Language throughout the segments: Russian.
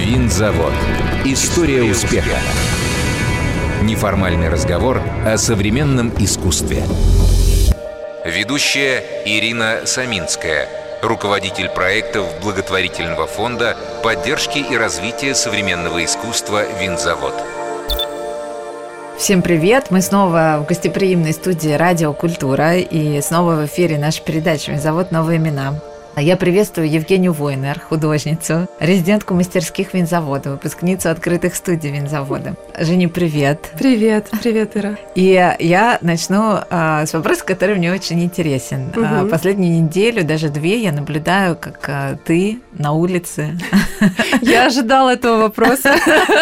Винзавод. История успеха. Неформальный разговор о современном искусстве. Ведущая Ирина Саминская, руководитель проектов благотворительного фонда поддержки и развития современного искусства «Винзавод». Всем привет! Мы снова в гостеприимной студии «Радио Культура» и снова в эфире наша передача «Винзавод. Новые имена». Я приветствую Евгению Войнер, художницу, резидентку мастерских Винзавода, выпускницу открытых студий Винзавода. Женя, привет! Привет! Привет, Ира! И я начну с вопроса, который мне очень интересен. Последнюю неделю, даже две, я наблюдаю, как ты на улице. Я ожидала этого вопроса.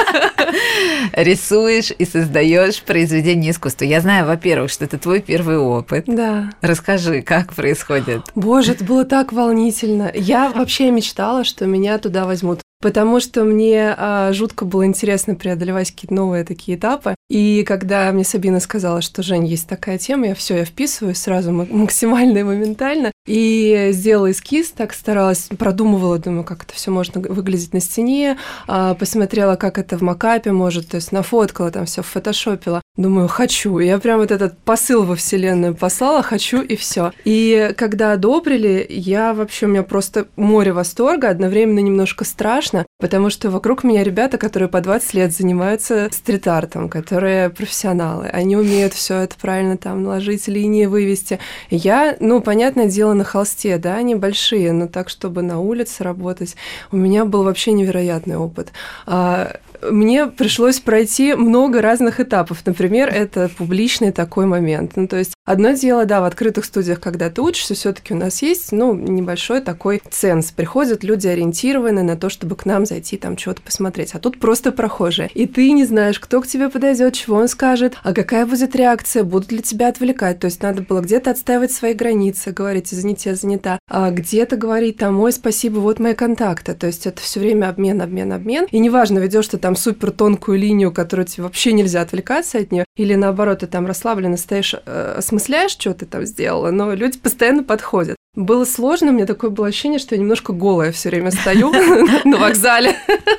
Рисуешь и создаешь произведения искусства. Я знаю, во-первых, что это твой первый опыт. Да. Расскажи, как происходит. Боже, это было так волнительно. Я вообще мечтала, что меня туда возьмут. Потому что мне жутко было интересно преодолевать какие-то новые такие этапы. И когда мне Сабина сказала, что, Жень, есть такая тема, я вписываюсь сразу максимально и моментально. И сделала эскиз, так старалась, продумывала, думаю, как это все можно выглядеть на стене, посмотрела, как это в макапе может, то есть нафоткала, там все фотошопила. Думаю, хочу. И я прям вот этот посыл во Вселенную послала, хочу и все. И когда одобрили, у меня просто море восторга, одновременно немножко страшно, потому что вокруг меня ребята, которые по 20 лет занимаются стрит-артом, которые профессионалы, они умеют все это правильно там наложить, линии вывести. Я, понятное дело, на холсте, да, они большие, но так, чтобы на улице работать, у меня был вообще невероятный опыт. Мне пришлось пройти много разных этапов. Например, это публичный такой момент. То есть одно дело, да, в открытых студиях, когда ты учишься, все-таки у нас есть, небольшой такой ценз. Приходят люди ориентированные на то, чтобы к нам зайти, там чего-то посмотреть. А тут просто прохожие. И ты не знаешь, кто к тебе подойдет, чего он скажет, а какая будет реакция, будут ли тебя отвлекать. То есть надо было где-то отстаивать свои границы, говорить, извините, я занята, а где-то говорить, там, ой, спасибо, вот мои контакты. То есть это все время обмен. И неважно, ведешь ты там супер тонкую линию, которую тебе вообще нельзя отвлекаться от нее, или наоборот, ты там расслабленно стоишь, осмысляешь, что ты там сделала, но люди постоянно подходят. Было сложно, у меня такое было ощущение, что я немножко голая все время стою на вокзале.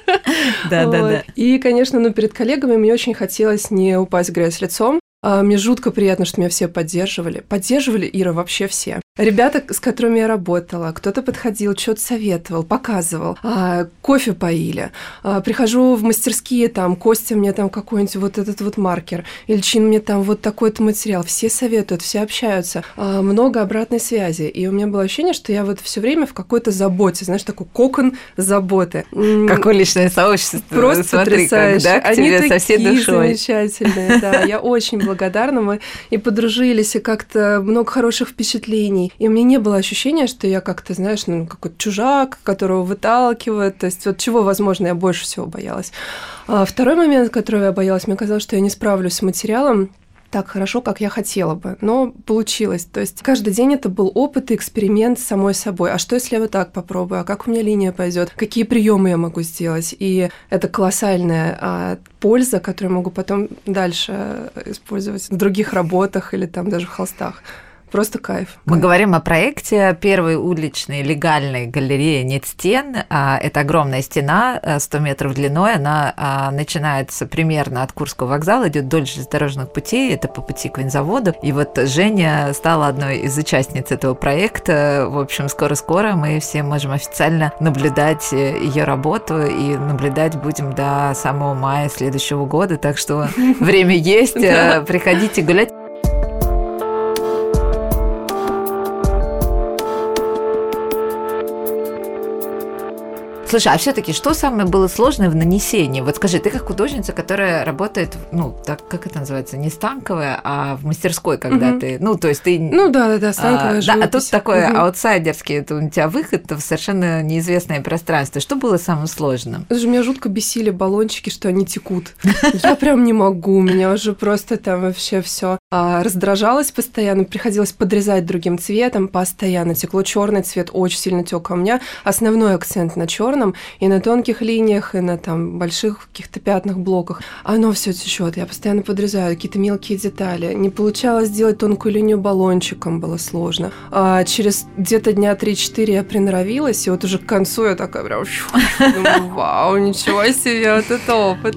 Да. И, конечно, перед коллегами мне очень хотелось не упасть в грязь лицом. Мне жутко приятно, что меня все поддерживали. Поддерживали, Ира, вообще все. Ребята, с которыми я работала, кто-то подходил, что-то советовал, показывал, кофе поили. Прихожу в мастерские, там, Костя мне там какой-нибудь вот этот вот маркер, Ильчин мне там вот такой-то материал. Все советуют, все общаются. Много обратной связи. И у меня было ощущение, что я вот все время в какой-то заботе, знаешь, такой кокон заботы. Какое личное сообщество. Просто смотри, потрясающее. Как, да, к тебе они со всей такие душой. Замечательные, да. Я очень благодарна, мы и подружились, и как-то много хороших впечатлений. И у меня не было ощущения, что я как-то, знаешь, какой-то чужак, которого выталкивают. То есть вот чего, возможно, я больше всего боялась. Второй момент, которого я боялась, мне казалось, что я не справлюсь с материалом так хорошо, как я хотела бы, но получилось. То есть каждый день это был опыт и эксперимент с самой собой. А что, если я вот так попробую? А как у меня линия пойдет? Какие приемы я могу сделать? И это колоссальная польза, которую я могу потом дальше использовать в других работах или там даже в холстах. Просто кайф. Мы говорим о проекте первой уличной легальной галереи «Нет стен». Это огромная стена, 100 метров длиной. Она начинается примерно от Курского вокзала, идет вдоль железнодорожных путей. Это по пути к Винзаводу. И вот Женя стала одной из участниц этого проекта. В общем, скоро-скоро мы все можем официально наблюдать ее работу. И наблюдать будем до самого мая следующего года. Так что время есть. Приходите гулять. Слушай, а все-таки что самое было сложное в нанесении? Вот скажи, ты как художница, которая работает, так как это называется, не станковая, а в мастерской, когда ты, то есть ты... станковая живопись. А тут такой аутсайдерский, это у тебя выход в совершенно неизвестное пространство. Что было самым сложным? Слушай, меня жутко бесили баллончики, что они текут. Я прям не могу, меня уже просто там вообще все раздражалось постоянно, приходилось подрезать другим цветом постоянно. Текло черный цвет, очень сильно тек, а у меня основной акцент на черном. нетстеном, и на тонких линиях, и на там больших каких-то пятнах, блоках. Оно все течет, я постоянно подрезаю какие-то мелкие детали. Не получалось сделать тонкую линию баллончиком, было сложно. А через где-то дня 3-4 я приноровилась, и вот уже к концу я такая прям думаю, вау, ничего себе, вот это опыт.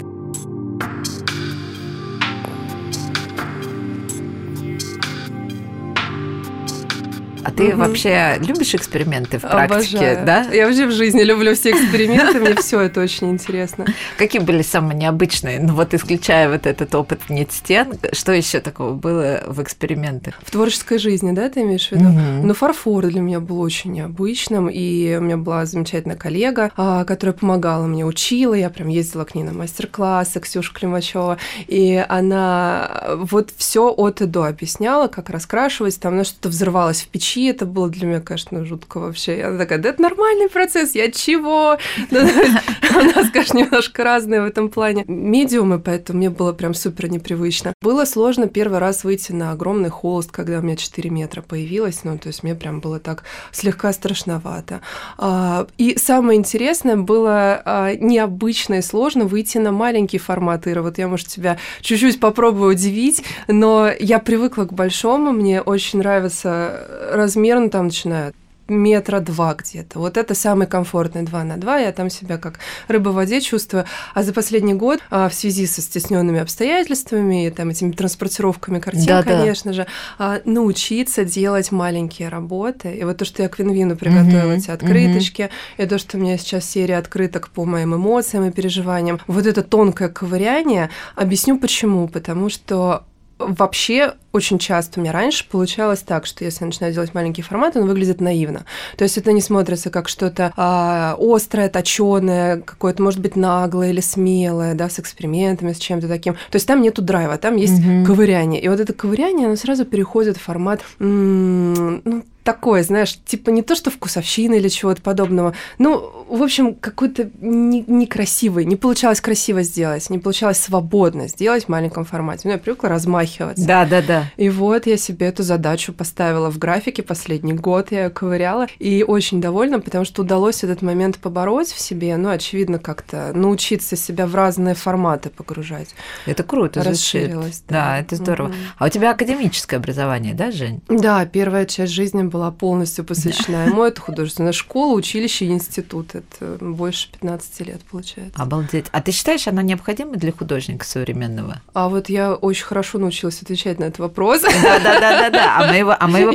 А ты вообще любишь эксперименты в практике, Обожаю. да? Я вообще в жизни люблю все эксперименты, мне все это очень интересно. Какие были самые необычные? Ну вот исключая вот этот опыт нетстен, что еще такого было в экспериментах? В творческой жизни, да, ты имеешь в виду? Ну, фарфор для меня был очень необычным, и у меня была замечательная коллега, которая помогала мне, учила, я прям ездила к ней на мастер-классы, Ксюша Климачева, и она вот все от и до объясняла, как раскрашивать, там, что-то взрывалось в печи, это было для меня, конечно, жутко вообще. Она такая, да это нормальный процесс, я чего? У нас, конечно, немножко разные в этом плане медиумы, поэтому мне было прям супер непривычно. Было сложно первый раз выйти на огромный холст, когда у меня 4 метра появилось, ну, то есть мне прям было так слегка страшновато. И самое интересное было необычно и сложно выйти на маленький формат, Ира. Вот я, может, тебя чуть-чуть попробую удивить, но я привыкла к большому, мне очень нравится размер, ну, там начинают 2 метра где-то. Вот это самый комфортный 2х2. Я там себя как рыба в воде чувствую. А за последний год в связи со стесненными обстоятельствами и там этими транспортировками картин, конечно же, научиться делать маленькие работы. И вот то, что я к Винвину приготовила эти открыточки, и то, что у меня сейчас серия открыток по моим эмоциям и переживаниям, вот это тонкое ковыряние, объясню почему. Потому что вообще очень часто у меня раньше получалось так, что если я начинаю делать маленький формат, он выглядит наивно. То есть это не смотрится как что-то острое, точёное, какое-то, может быть, наглое или смелое, да, с экспериментами, с чем-то таким. То есть там нету драйва, там есть ковыряние. И вот это ковыряние, оно сразу переходит в формат, такое, знаешь, типа не то, что вкусовщина или чего-то подобного. Ну, в общем, какой-то некрасивый. Не получалось красиво сделать, не получалось свободно сделать в маленьком формате. Ну, я привыкла размахиваться. Да. И вот я себе эту задачу поставила в графике последний год, я её ковыряла, и очень довольна, потому что удалось этот момент побороть в себе, ну, очевидно, как-то научиться себя в разные форматы погружать. Это круто, расширилось. Да, это здорово. А у тебя академическое образование, да, Жень? Да, первая часть жизни была полностью посвящена ему. Это художественная школа, училище и институт. Это больше 15 лет, получается. Обалдеть. А ты считаешь, она необходима для художника современного? А вот я очень хорошо научилась отвечать на этот вопрос. Да. А мы его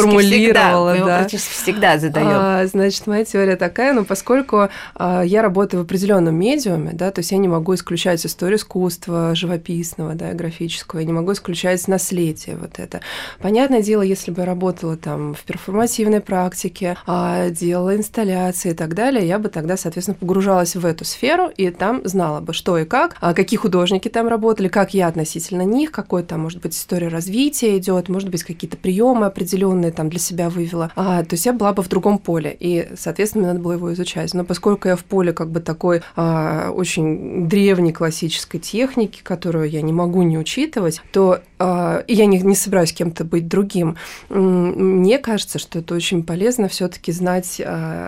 практически всегда задаем. Значит, моя теория такая, но поскольку я работаю в определенном медиуме, да, то есть я не могу исключать историю искусства живописного, да, графического, я не могу исключать наследие вот это. Понятное дело, если бы я работала там в перформативной практике, делала инсталляции и так далее, я бы тогда, соответственно, погружалась в эту сферу и там знала бы, что и как, какие художники там работали, как я относительно них, какой там, может быть, история развития идет, может быть, какие-то приемы определенные там для себя вывела. То есть я была бы в другом поле, и, соответственно, мне надо было его изучать. Но поскольку я в поле как бы такой очень древней классической техники, которую я не могу не учитывать, то и я не собираюсь кем-то быть другим, мне кажется, что это очень полезно все-таки знать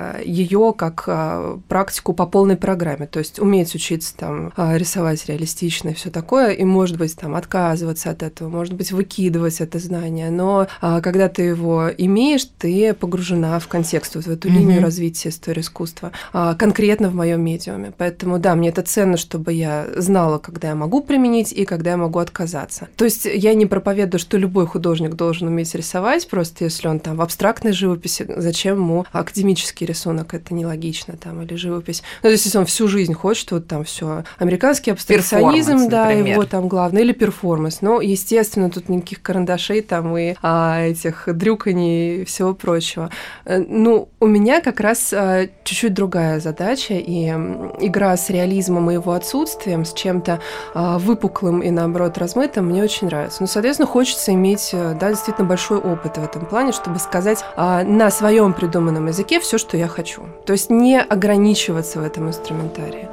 ее как практику по полной программе, то есть уметь учиться там рисовать реалистично и все такое, и, может быть, там отказываться от этого, может быть, выкидывать это знание, но когда ты его имеешь, ты погружена в контекст, вот в эту линию развития истории искусства, конкретно в моем медиуме. Поэтому, да, мне это ценно, чтобы я знала, когда я могу применить и когда я могу отказаться. То есть я не проповедую, что любой художник должен уметь рисовать, просто если он там в абстрактной живописи, зачем ему академический рисунок, это нелогично там, или живопись. Ну, то есть если он всю жизнь хочет, вот там все американский абстракционизм, да, его там главное, или перформанс. Но, естественно, тут никаких карандашей там и этих дрюканий и всего прочего. Ну, у меня как раз чуть-чуть другая задача, и игра с реализмом и его отсутствием, с чем-то выпуклым и, наоборот, размытым, мне очень нравится. Ну, соответственно, хочется иметь, да, действительно большой опыт в этом плане, чтобы сказать на своем придуманном языке все, что я хочу. То есть не ограничиваться в этом инструментарии.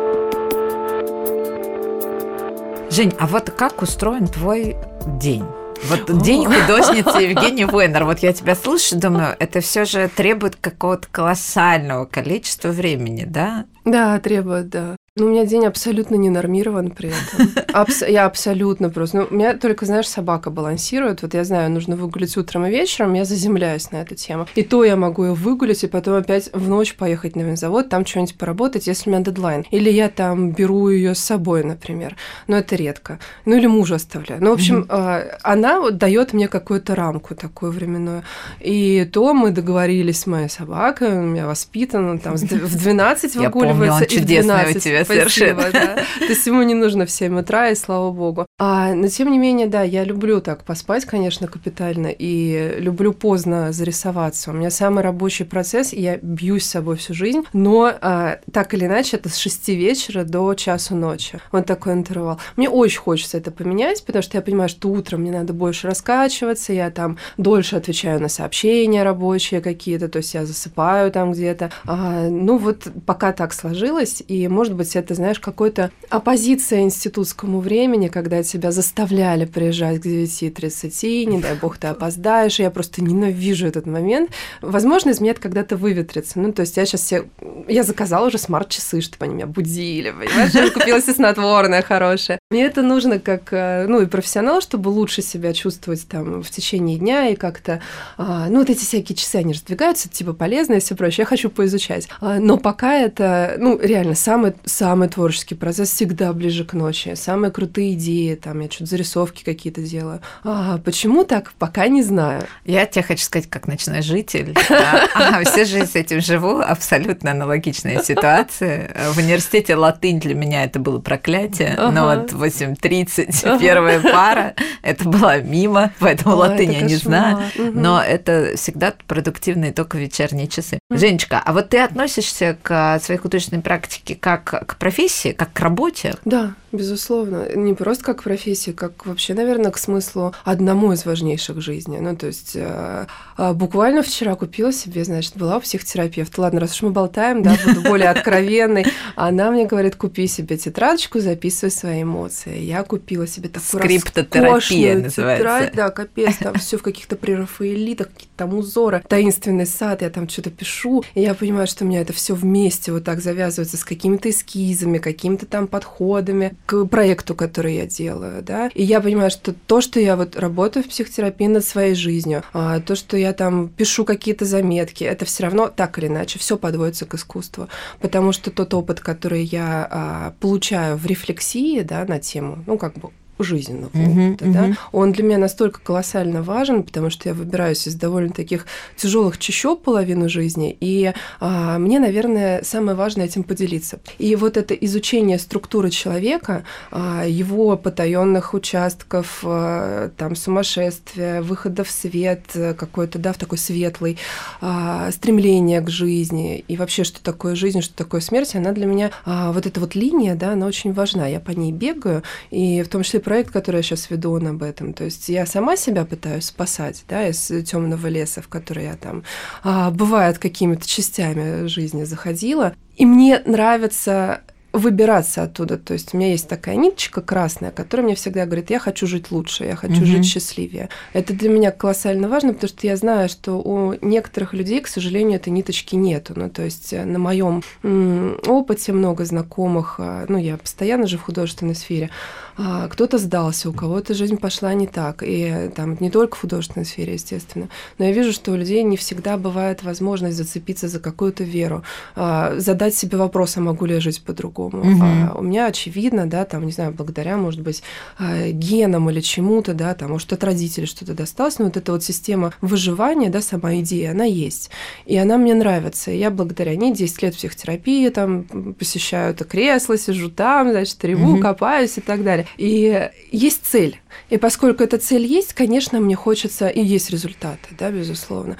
Жень, а вот как устроен твой день? Вот день художницы Евгении Войнер. Вот я тебя слушаю, думаю, это все же требует какого-то колоссального количества времени, да? Да, требует, да. Но у меня день абсолютно не нормирован при этом. Я абсолютно просто... Ну, у меня только, знаешь, собака балансирует. Вот я знаю, нужно выгулять утром и вечером, я заземляюсь на эту тему. И то я могу ее выгулять, и потом опять в ночь поехать на винзавод, там что-нибудь поработать, если у меня дедлайн. Или я там беру ее с собой, например. Но это редко. Ну, или мужа оставляю. Ну, в общем, она вот дает мне какую-то рамку такую временную. И то мы договорились с моей собакой, у меня воспитана, там, в 12 выгуливается, и в 12. Спасибо, да. То есть ему не нужно в 7 утра, и слава богу. Но тем не менее, да, я люблю так поспать, конечно, капитально, и люблю поздно зарисоваться. У меня самый рабочий процесс, я бьюсь с собой всю жизнь, но так или иначе это с 6 вечера до часу ночи. Вот такой интервал. Мне очень хочется это поменять, потому что я понимаю, что утром мне надо больше раскачиваться, я там дольше отвечаю на сообщения рабочие какие-то, то есть я засыпаю там где-то. Ну вот пока так сложилось, и, может быть, это, знаешь, какой-то оппозиция институтскому времени, когда тебя заставляли приезжать к 9:30, не дай бог ты опоздаешь, и я просто ненавижу этот момент. Возможно, из меня это когда-то выветрится. Ну, то есть я заказала уже смарт-часы, чтобы они меня будили, понимаешь? Я купила себе снотворное хорошее. Мне это нужно как, и профессионал, чтобы лучше себя чувствовать там в течение дня, и как-то, вот эти всякие часы, они раздвигаются, типа полезно и все прочее. Я хочу поизучать. Но пока это, реально, самый творческий процесс всегда ближе к ночи. Самые крутые идеи, там, я что-то зарисовки какие-то делаю. Почему так? Пока не знаю. Я тебе хочу сказать, как ночной житель. Всю жизнь с этим живу, абсолютно аналогичная ситуация. В университете латынь для меня это было проклятие, но вот 8:30 первая пара, это была мимо, поэтому латынь я не знаю, но это всегда продуктивные только вечерние часы. Женечка, а вот ты относишься к своей художественной практике как к профессии, как к работе? Да, безусловно. Не просто как к профессии, как вообще, наверное, к смыслу одному из важнейших в жизни. Ну, то есть буквально вчера купила себе, значит, была у психотерапевта. Ладно, раз уж мы болтаем, да, буду более откровенной. Она мне говорит, купи себе тетрадочку, записывай свои эмоции. Я купила себе такую скриптотерапия называется. Тетрадь, да, капец, там все в каких-то прерафаэлитах, какие-то там узоры, таинственный сад, я там что-то пишу, и я понимаю, что у меня это все вместе вот так завязывается с какими-то эскизами, какими-то там подходами к проекту, который я делаю, да. И я понимаю, что то, что я вот работаю в психотерапии над своей жизнью, то, что я там пишу какие-то заметки, это все равно так или иначе все подводится к искусству, потому что тот опыт, который я получаю в рефлексии, да, на тему, жизненного опыта, да, он для меня настолько колоссально важен, потому что я выбираюсь из довольно таких тяжелых чащоб половину жизни, и мне, наверное, самое важное этим поделиться. И вот это изучение структуры человека, его потаенных участков, там, сумасшествия, выхода в свет какой-то, да, в такой светлый, стремление к жизни, и вообще, что такое жизнь, что такое смерть, она для меня, вот эта вот линия, да, она очень важна. Я по ней бегаю, и в том числе проект, который я сейчас веду, он об этом. То есть я сама себя пытаюсь спасать, да, из темного леса, в который я там, бывает, какими-то частями жизни заходила. И мне нравится выбираться оттуда. То есть у меня есть такая ниточка красная, которая мне всегда говорит, я хочу жить лучше, я хочу жить счастливее. Это для меня колоссально важно, потому что я знаю, что у некоторых людей, к сожалению, этой ниточки нету. Ну, то есть на моем опыте много знакомых, я постоянно же в художественной сфере, кто-то сдался, у кого-то жизнь пошла не так. И там не только в художественной сфере, естественно. Но я вижу, что у людей не всегда бывает возможность зацепиться за какую-то веру, задать себе вопрос, а могу ли я жить по-другому. У меня очевидно, да, там, не знаю, благодаря, может быть, генам или чему-то, да, там, может, от родителей что-то досталось, но вот эта вот система выживания, да, сама идея, она есть. И она мне нравится. И я благодаря ней 10 лет психотерапии, там, посещаю это кресло, сижу там, значит, реву, копаюсь и так далее. И есть цель. И поскольку эта цель есть, конечно, мне хочется, и есть результаты, да, безусловно,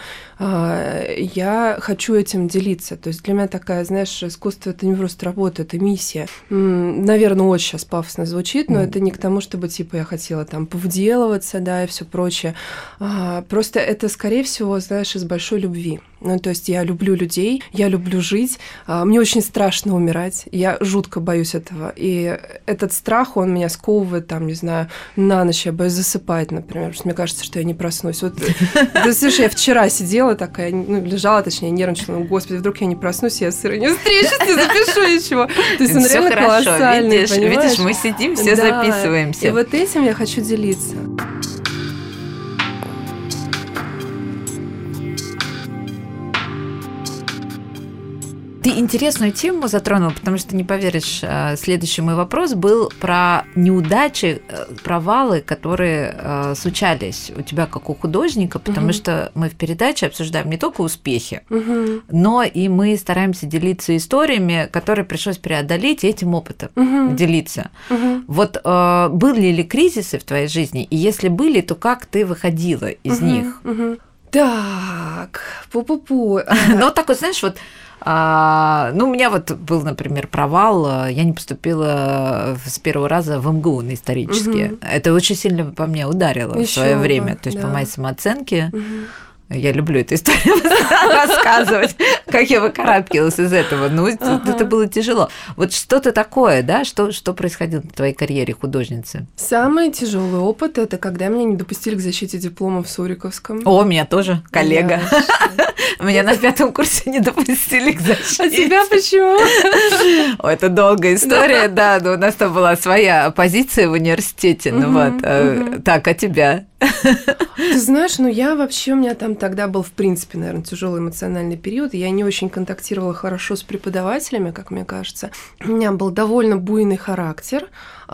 я хочу этим делиться. То есть для меня такая, знаешь, искусство – это не просто работа, это миссия. Наверное, очень сейчас пафосно звучит, но это не к тому, чтобы, типа, я хотела там повделываться, да, и все прочее. Просто это, скорее всего, знаешь, из большой любви. Ну, то есть я люблю людей, я люблю жить, мне очень страшно умирать, я жутко боюсь этого. И этот страх, он меня сковывает, там, не знаю, на ночь я боюсь засыпать, например, потому что мне кажется, что я не проснусь. Вот, ты слышишь, я вчера сидела такая, лежала, точнее, нервничала, господи, вдруг я не проснусь, я с Ирой не встречусь, не запишу ничего. То есть он реально колоссальный, видишь, мы сидим, все записываемся. И вот этим я хочу делиться. Ты интересную тему затронул, потому что, не поверишь, следующий мой вопрос был про неудачи, провалы, которые случались у тебя как у художника, потому что мы в передаче обсуждаем не только успехи, но и мы стараемся делиться историями, которые пришлось преодолеть, и этим опытом делиться. Вот были ли кризисы в твоей жизни, и если были, то как ты выходила из них? Так, пу-пу-пу. Ну, такой, знаешь, вот у меня вот был, например, провал. Я не поступила с первого раза в МГУ на исторический. Это очень сильно по мне ударило в свое время. То есть по моей самооценке. Я люблю эту историю рассказывать, как я выкарабкивалась из этого. Ну, это было тяжело. Вот что-то такое, да? Что происходило в твоей карьере художницы? Самый тяжелый опыт – это когда меня не допустили к защите диплома в Суриковском. О, меня тоже, коллега. Меня на 5 курсе не допустили к защите. А тебя почему? Это долгая история, да. Но у нас там была своя позиция в университете. Так, а тебя? Ты знаешь, у меня там тогда был, в принципе, наверное, тяжелый эмоциональный период. Я не очень контактировала хорошо с преподавателями, как мне кажется. У меня был довольно буйный характер.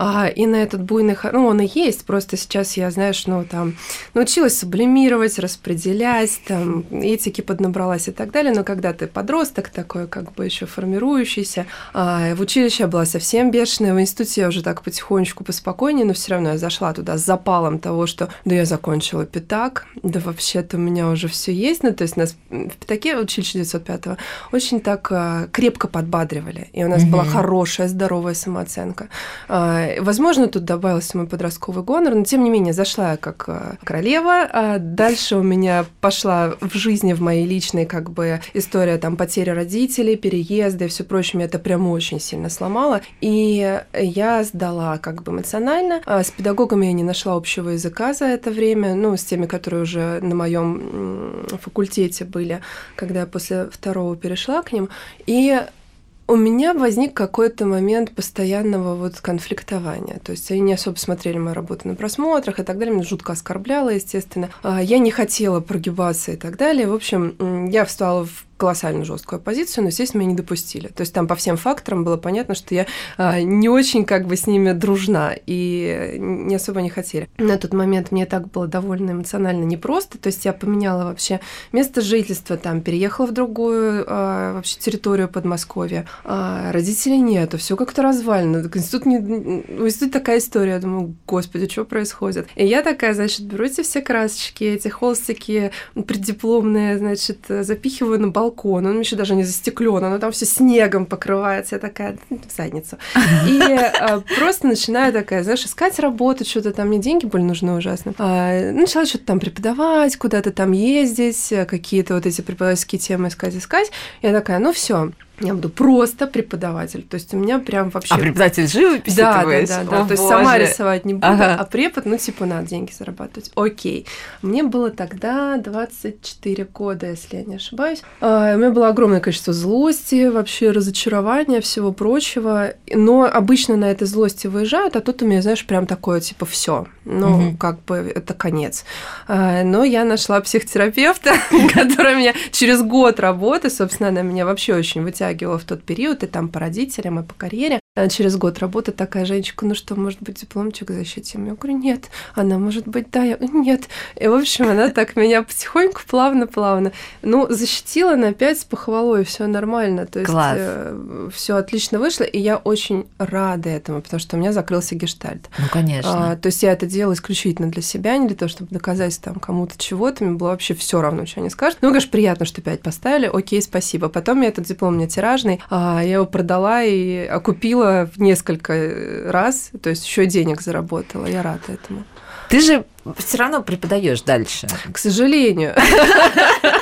И на этот буйный характер, он и есть, просто сейчас я, знаешь, научилась сублимировать, распределять, этики поднабралась и так далее, но когда ты подросток такой, как бы еще формирующийся, в училище я была совсем бешеная, в институте я уже так потихонечку поспокойнее, но все равно я зашла туда с запалом того, что да я закончила Пятак, да вообще-то у меня уже все есть, то есть нас в Пятаке, училище 905-го, очень так крепко подбадривали, и у нас была хорошая, здоровая самооценка. Возможно, тут добавился мой подростковый гонор, но тем не менее зашла я как королева, а дальше у меня пошла в жизни, в моей личной как бы история потери родителей, переезда и все прочее, меня это прям очень сильно сломало, и я сдала как бы эмоционально, с педагогами я не нашла общего языка за это время, с теми, которые уже на моем факультете были, когда я после 2-го перешла к ним, и у меня возник какой-то момент постоянного конфликтования. То есть они не особо смотрели мою работу на просмотрах и так далее. Меня жутко оскорбляло, естественно. Я не хотела прогибаться и так далее. В общем, я встала в колоссально жесткую оппозицию, но, естественно, меня не допустили. То есть там по всем факторам было понятно, что я не очень как бы с ними дружна и не особо не хотели. На тот момент мне так было довольно эмоционально непросто, то есть я поменяла вообще место жительства, переехала в другую вообще территорию Подмосковья. Родителей нету, все как-то развалено. У института такая история, я думаю, господи, что происходит? И я такая, беру эти все красочки, эти холстики преддипломные, запихиваю на балкон, он еще даже не застеклен, оно там все снегом покрывается, я такая в задницу. И просто начинаю такая, искать работу, что-то мне деньги были нужны ужасно. Начала что-то преподавать, куда-то ездить, какие-то эти преподавательские темы искать. Я такая, все. Я буду просто преподаватель. То есть у меня прям вообще... А преподаватель живописи? Да. То есть сама рисовать не буду, а препод, надо деньги зарабатывать. Окей. Мне было тогда 24 года, если я не ошибаюсь. У меня было огромное количество злости, вообще разочарования, всего прочего. Но обычно на этой злости выезжают, а тут у меня, прям такое, все. Как бы это конец. Но я нашла психотерапевта, которая меня через год работы, собственно, она меня вообще очень вытягивала в тот период, и по родителям, и по карьере. Через год работы такая женщина, что, может быть, дипломчик к защите? Я говорю, нет. Она, может быть, да. Я говорю, нет. И, в общем, она так меня потихоньку, плавно. Защитила на 5 с похвалой, все нормально. То есть все отлично вышло, и я очень рада этому, потому что у меня закрылся гештальт. Конечно. То есть я это делала исключительно для себя, не для того, чтобы доказать кому-то чего-то. Мне было вообще все равно, что они скажут. Конечно, приятно, что 5 поставили. Окей, спасибо. Потом я этот диплом у меня тиражный, я его продала и окупила в несколько раз, то есть еще денег заработала. Я рада этому. Ты же все равно преподаешь дальше. К сожалению.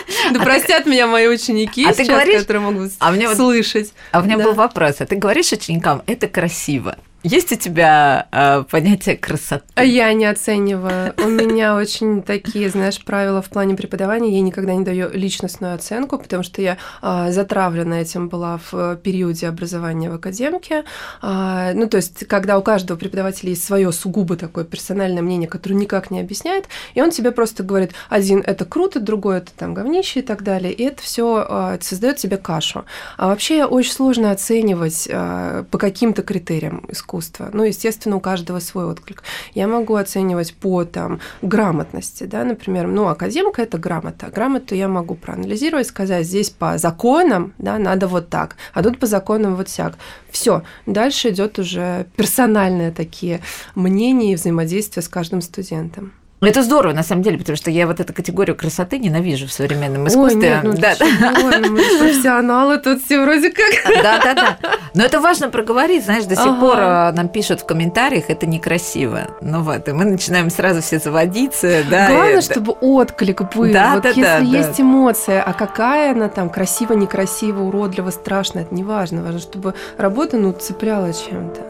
простят меня мои ученики сейчас, которые могут слышать. А у меня был вопрос. А ты говоришь ученикам, это красиво? Есть у тебя понятие красоты? Я не оцениваю. У меня очень такие, знаешь, правила в плане преподавания. Я никогда не даю личностную оценку, потому что я затравлена этим была в периоде образования в академке. Ну, то есть, когда у каждого преподавателя есть свое сугубо такое персональное мнение, которое никак не объясняет, и он тебе просто говорит, один это круто, другой это там говнище и так далее, и это все создает тебе кашу. А вообще очень сложно оценивать по каким-то критериям искусства. Ну, естественно, у каждого свой отклик. Я могу оценивать по там грамотности, да, например, ну, академка – это грамота. Грамоту я могу проанализировать, сказать, здесь по законам, да, надо вот так, а тут по законам вот сяк. Все, дальше идет уже персональные такие мнения и взаимодействие с каждым студентом. Это здорово, на самом деле, потому что я вот эту категорию красоты ненавижу в современном искусстве. Ой, нет, мы же профессионалы тут все вроде как. Да. Но это важно проговорить, знаешь, до сих пор нам пишут в комментариях, это некрасиво. Ну вот, и мы начинаем сразу все заводиться. Да, главное, чтобы отклик был. Вот если есть эмоция, а какая она там, красиво, некрасиво, уродливо, страшно, это не важно. Важно, чтобы работа, ну, цепляла чем-то.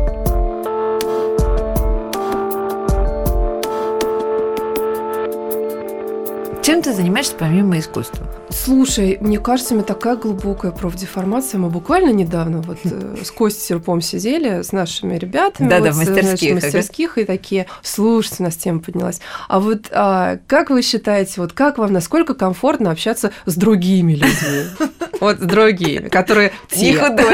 Чем ты занимаешься помимо искусства? Слушай, мне кажется, у меня такая глубокая профдеформация. Мы буквально недавно вот с Костей Серпом сидели с нашими ребятами. Да, вот, в мастерских. И такие, слушайте, у нас тема поднялась. А вот как вы считаете, вот как вам, насколько комфортно общаться с другими людьми? Вот с другими, которые не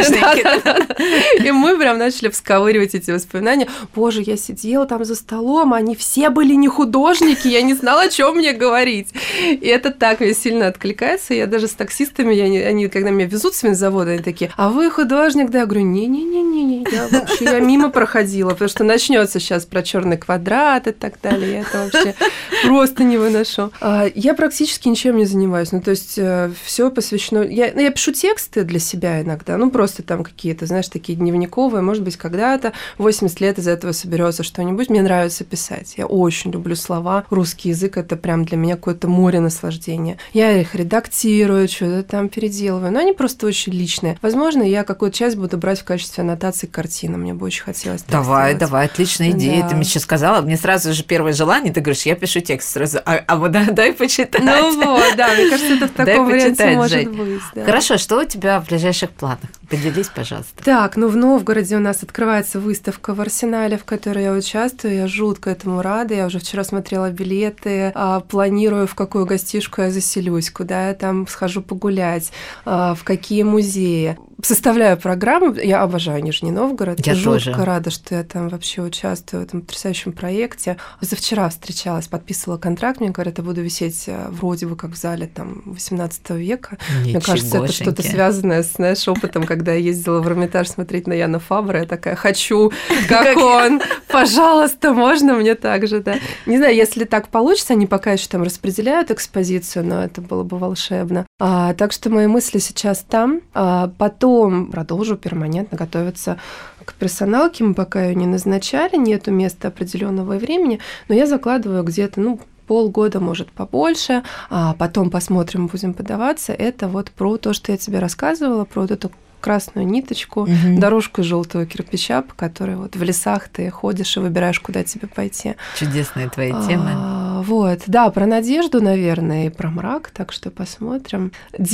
художники. И мы прям начали всковыривать эти воспоминания. Боже, я сидела там за столом, они все были не художники, я не знала, о чем мне говорить. И это так мне сильно откликается. Я даже с таксистами, они когда меня везут с винзавода, они такие, а вы художник? Да, я говорю, не-не-не, я мимо проходила, потому что начнется сейчас про черный квадрат и так далее. Я это вообще просто не выношу. Я практически ничем не занимаюсь. Ну, то есть все посвящено... Я пишу тексты для себя иногда, ну, просто там какие-то, знаешь, такие дневниковые, может быть, когда-то 80 лет из этого соберется что-нибудь. Мне нравится писать. Я очень люблю слова. Русский язык – это прям для меня какое-то море наслаждения. Я их редактирую, что-то там переделываю, но они просто очень личные. Возможно, я какую-то часть буду брать в качестве аннотации к картинам. Мне бы очень хотелось так сделать. Давай, отличная идея. Да. Ты мне сейчас сказала, мне сразу же первое желание, ты говоришь, я пишу текст сразу, а вот дай почитать. Ну вот, да, мне кажется, это в таком варианте может быть. Да. Хорошо, что у тебя в ближайших планах? Поделись, пожалуйста. Так, ну в Новгороде у нас открывается выставка в Арсенале, в которой я участвую. Я жутко этому рада. Я уже вчера смотрела билеты, планирую, в какую гостишку я заселюсь, куда я там схожу погулять, в какие музеи. Составляю программу. Я обожаю Нижний Новгород. Я жутко тоже рада, что я там вообще участвую в этом потрясающем проекте. Завчера встречалась, подписывала контракт. Мне говорят, я буду висеть вроде бы как в зале там 18 века. Мне кажется, это что-то связанное с, знаешь, опытом, когда я ездила в Эрмитаж смотреть на Яна Фабра. Я такая, хочу, как он. Пожалуйста, можно мне так же, да. Не знаю, если так получится, они пока еще там распределяют экспозицию, но это было бы волшебно. Так что мои мысли сейчас там. Потом продолжу перманентно готовиться к персоналке. Мы пока ее не назначали, нету места определенного времени, но я закладываю где-то, полгода, может, побольше, а потом посмотрим, будем подаваться. Это вот про то, что я тебе рассказывала, про вот эту красную ниточку, дорожку из желтого кирпича, по которой вот в лесах ты ходишь и выбираешь, куда тебе пойти. Чудесные твои темы. Вот, да, про надежду, наверное, и про мрак, так что посмотрим.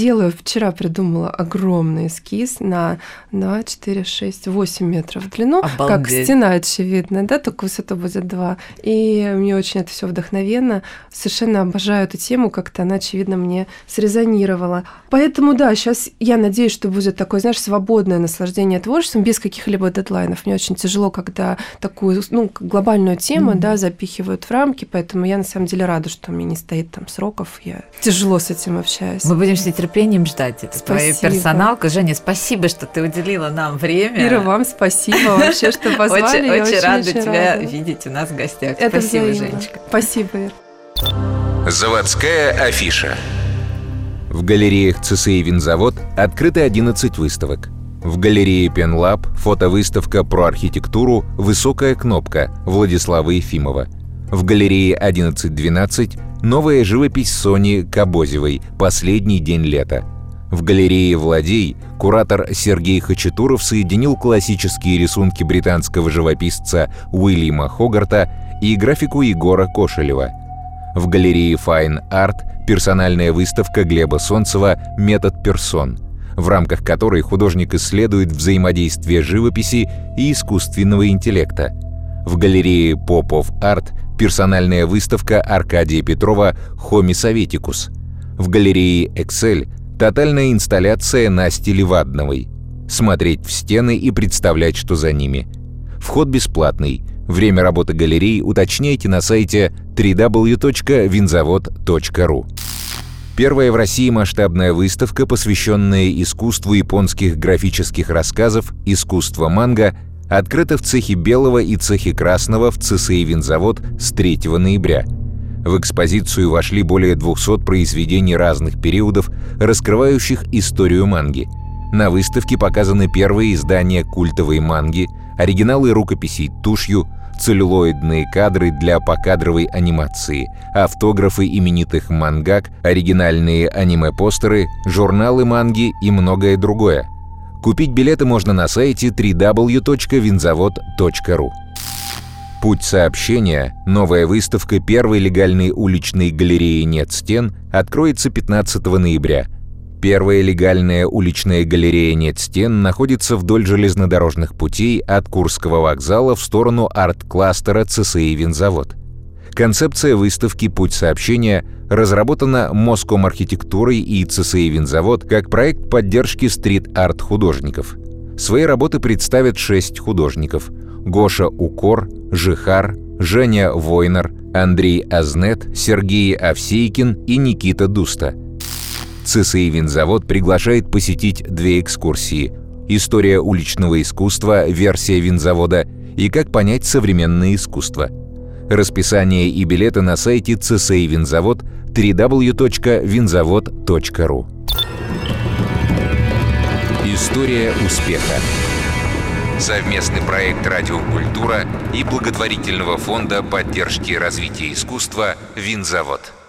Вчера придумала огромный эскиз на 2, 4, 6, 8 метров в длину. Обалдеть. Как стена, очевидно, да, только высота будет 2. И мне очень это все вдохновенно. Совершенно обожаю эту тему, как-то она, очевидно, мне срезонировала. Поэтому, да, сейчас я надеюсь, что будет такое, знаешь, свободное наслаждение творчеством без каких-либо дедлайнов. Мне очень тяжело, когда такую, глобальную тему, да, запихивают в рамки, поэтому я, на самом деле, рада, что у меня не стоит там сроков. Я тяжело с этим общаюсь. Мы будем с нетерпением ждать. Это твоя персоналка. Женя, спасибо, что ты уделила нам время. Ира, вам спасибо вообще, что позвали. Очень рада тебя видеть у нас в гостях. Это спасибо, взаимно. Женечка. Спасибо, Ир. Заводская афиша. В галереях ЦСИ «Винзавод» открыто 11 выставок. В галерее Пенлаб фотовыставка про архитектуру «Высокая кнопка» Владислава Ефимова. В галерее 1112 Новая живопись Сони Кобозевой «Последний день лета». В галерее «Владей» куратор Сергей Хачатуров соединил классические рисунки британского живописца Уильяма Хогарта и графику Егора Кошелева. В галерее Fine Art персональная выставка Глеба Солнцева «Метод персон», в рамках которой художник исследует взаимодействие живописи и искусственного интеллекта. В галерее Pop of Art персональная выставка Аркадия Петрова «Homo Советикус». В галерее Excel тотальная инсталляция Насти Левадновой. Смотреть в стены и представлять, что за ними. Вход бесплатный. Время работы галерей уточняйте на сайте www.vinzavod.ru. Первая в России масштабная выставка, посвященная искусству японских графических рассказов «Искусство манго», открыта в цехе белого и цехе красного в ЦСИ «Винзавод» с 3 ноября. В экспозицию вошли более 200 произведений разных периодов, раскрывающих историю манги. На выставке показаны первые издания культовой манги, оригиналы рукописей тушью, целлюлоидные кадры для покадровой анимации, автографы именитых мангак, оригинальные аниме-постеры, журналы манги и многое другое. Купить билеты можно на сайте www.vinzavod.ru. «Путь сообщения» — новая выставка первой легальной уличной галереи «Нет стен» откроется 15 ноября. Первая легальная уличная галерея «Нет стен» находится вдоль железнодорожных путей от Курского вокзала в сторону арт-кластера ЦСИ «Винзавод». Концепция выставки «Путь сообщения» разработана Моском-архитектурой и ЦСИ «Винзавод» как проект поддержки стрит-арт художников. Свои работы представят 6 художников: Гоша Укор, Жихар, Женя Войнер, Андрей Азнет, Сергей Овсейкин и Никита Дуста. ЦСИ «Винзавод» приглашает посетить 2 экскурсии: «История уличного искусства. Версия Винзавода» и «Как понять современное искусство». Расписание и билеты на сайте ЦСИ «Винзавод» www.vinzavod.ru. История успеха. Совместный проект «Радио Культура» и благотворительного фонда поддержки развития искусства «Винзавод».